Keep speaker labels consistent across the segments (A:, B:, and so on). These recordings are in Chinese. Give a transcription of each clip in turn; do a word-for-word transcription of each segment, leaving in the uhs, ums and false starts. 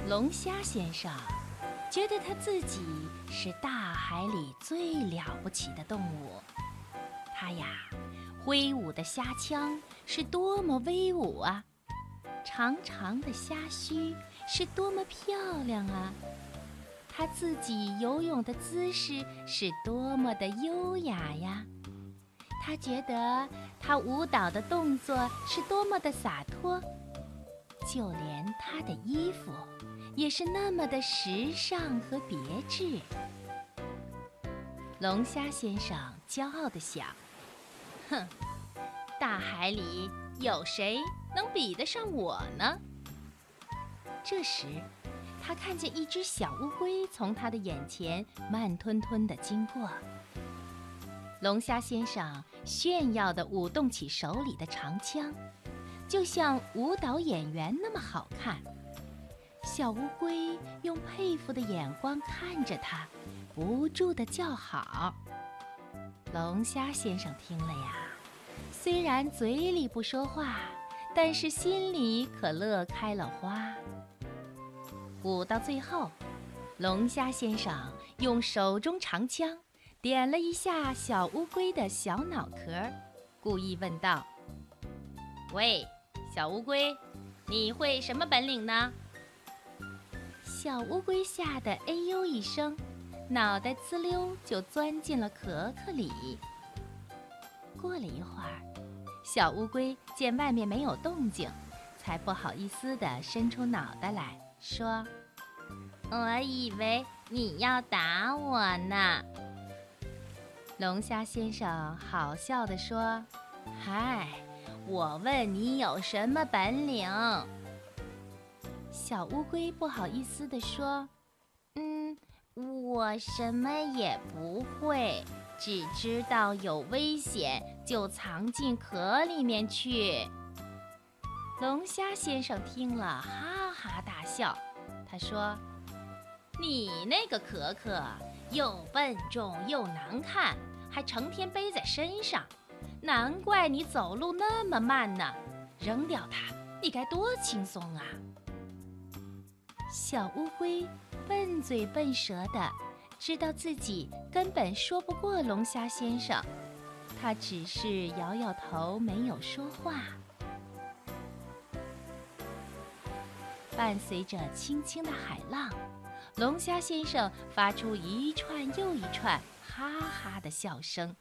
A: 龙虾先生觉得他自己是大海里最了不起的动物。他呀，挥舞的虾枪是多么威武啊！长长的虾须是多么漂亮啊！他自己游泳的姿势是多么的优雅呀！他觉得他舞蹈的动作是多么的洒脱，就连他的衣服也是那么的时尚和别致。龙虾先生骄傲地想：哼，大海里有谁能比得上我呢？这时，他看见一只小乌龟从他的眼前慢吞吞地经过。龙虾先生炫耀地舞动起手里的长枪，就像舞蹈演员那么好看。小乌龟用佩服的眼光看着他，不住地叫好。龙虾先生听了呀，虽然嘴里不说话，但是心里可乐开了花。舞到最后，龙虾先生用手中长枪点了一下小乌龟的小脑壳，故意问道：“喂，小乌龟，你会什么本领呢？”小乌龟吓得哎呦一声，脑袋呲溜就钻进了壳壳里。过了一会儿，小乌龟见外面没有动静，才不好意思地伸出脑袋来说：“我以为你要打我呢。”龙虾先生好笑地说：“嗨，我问你有什么本领？”小乌龟不好意思地说：“嗯，我什么也不会，只知道有危险就藏进壳里面去。”龙虾先生听了哈哈大笑，他说：“你那个壳壳又笨重又难看，还成天背在身上，难怪你走路那么慢呢。扔掉它，你该多轻松啊！”小乌龟笨嘴笨舌的，知道自己根本说不过龙虾先生，他只是摇摇头，没有说话。伴随着轻轻的海浪，龙虾先生发出一串又一串哈哈的笑声。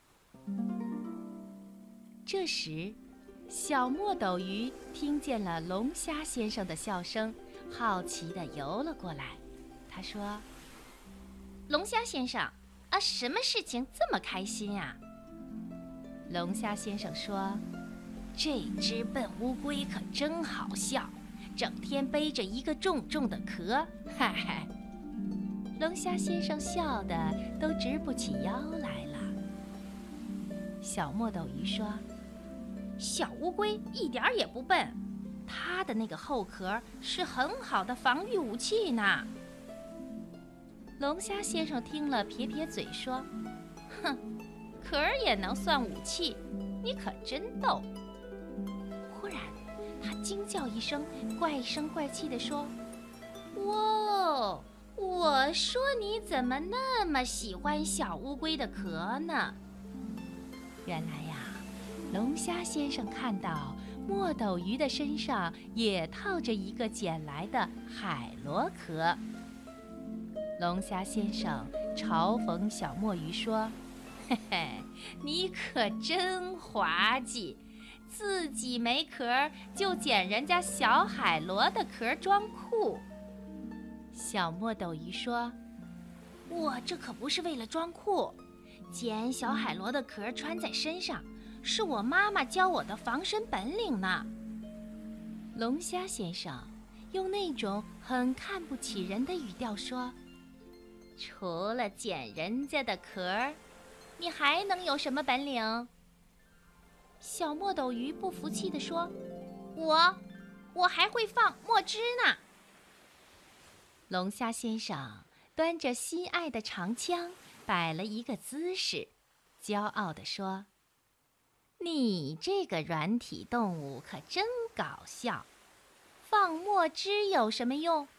A: 这时，小墨斗鱼听见了龙虾先生的笑声，好奇地游了过来。他说：“龙虾先生，啊，什么事情这么开心啊？”龙虾先生说：“这只笨乌龟可真好笑，整天背着一个重重的壳，嗨嗨。”龙虾先生笑得都直不起腰来了。小墨斗鱼说：“小乌龟一点儿也不笨，它的那个后壳是很好的防御武器呢。”龙虾先生听了撇撇嘴说：“哼，壳儿也能算武器，你可真逗。”忽然，他惊叫一声，怪声怪气地说：“哇！我说你怎么那么喜欢小乌龟的壳呢？”原来呀，龙虾先生看到墨斗鱼的身上也套着一个捡来的海螺壳。龙虾先生嘲讽小墨鱼说：“嘿嘿，你可真滑稽，自己没壳就捡人家小海螺的壳装酷。”小墨斗鱼说：“我这可不是为了装酷，捡小海螺的壳穿在身上，是我妈妈教我的防身本领呢。”龙虾先生用那种很看不起人的语调说：“除了捡人家的壳，你还能有什么本领？”小墨斗鱼不服气地说：“我，我还会放墨汁呢。”龙虾先生端着心爱的长枪，摆了一个姿势，骄傲地说：“你这个软体动物可真搞笑，放墨汁有什么用？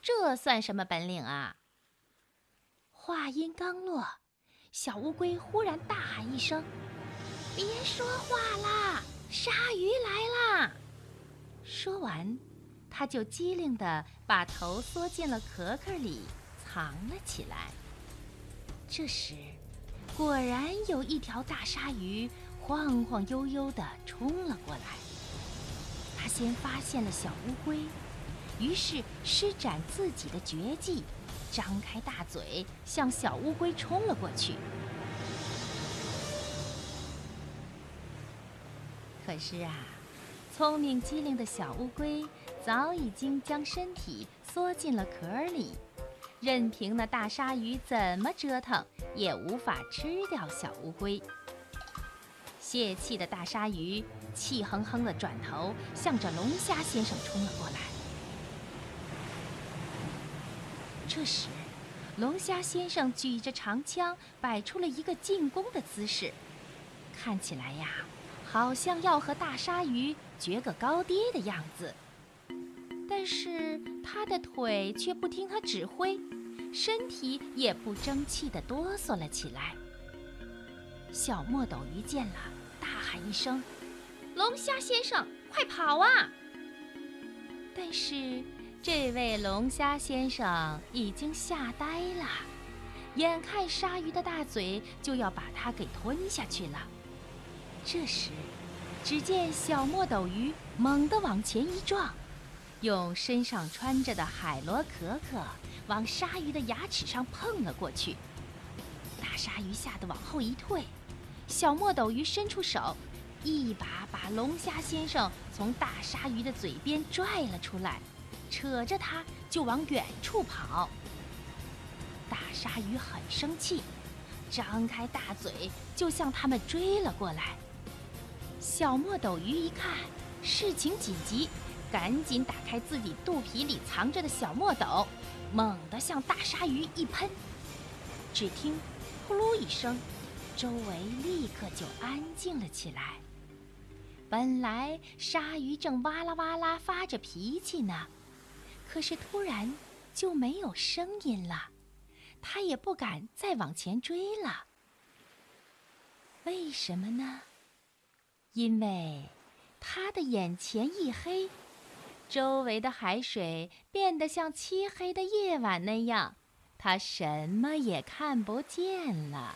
A: 这算什么本领啊？”话音刚落，小乌龟忽然大喊一声：“别说话啦，鲨鱼来啦！”说完，它就机灵地把头缩进了壳壳里，藏了起来。这时，果然有一条大鲨鱼晃晃悠悠地冲了过来。它先发现了小乌龟，于是施展自己的绝技，张开大嘴向小乌龟冲了过去。可是啊，聪明机灵的小乌龟早已经将身体缩进了壳里，任凭那大鲨鱼怎么折腾，也无法吃掉小乌龟。泄气的大鲨鱼气哼哼地转头向着龙虾先生冲了过来。这时，龙虾先生举着长枪，摆出了一个进攻的姿势，看起来呀，好像要和大鲨鱼决个高低的样子。但是他的腿却不听他指挥，身体也不争气地哆嗦了起来。小墨斗鱼见了，大喊一声：“龙虾先生，快跑啊！”但是这位龙虾先生已经吓呆了，眼看鲨鱼的大嘴就要把它给吞下去了。这时，只见小墨斗鱼猛地往前一撞，用身上穿着的海螺壳壳往鲨鱼的牙齿上碰了过去。大鲨鱼吓得往后一退，小墨斗鱼伸出手，一把把龙虾先生从大鲨鱼的嘴边拽了出来，扯着它就往远处跑。大鲨鱼很生气，张开大嘴就向他们追了过来。小墨斗鱼一看事情紧急，赶紧打开自己肚皮里藏着的小墨斗，猛地向大鲨鱼一喷。只听扑噜一声，周围立刻就安静了起来。本来鲨鱼正哇啦哇啦发着脾气呢，可是突然就没有声音了，它也不敢再往前追了。为什么呢？因为它的眼前一黑，周围的海水变得像漆黑的夜晚那样，它什么也看不见了。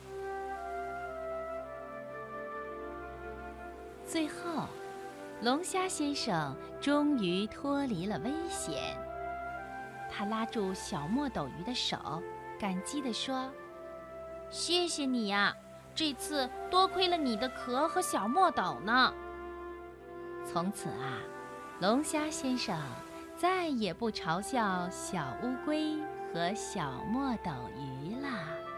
A: 最后，龙虾先生终于脱离了危险。他拉住小墨斗鱼的手，感激地说：“谢谢你呀，这次多亏了你的壳和小墨斗呢。”从此啊，龙虾先生再也不嘲笑小乌龟和小墨斗鱼了。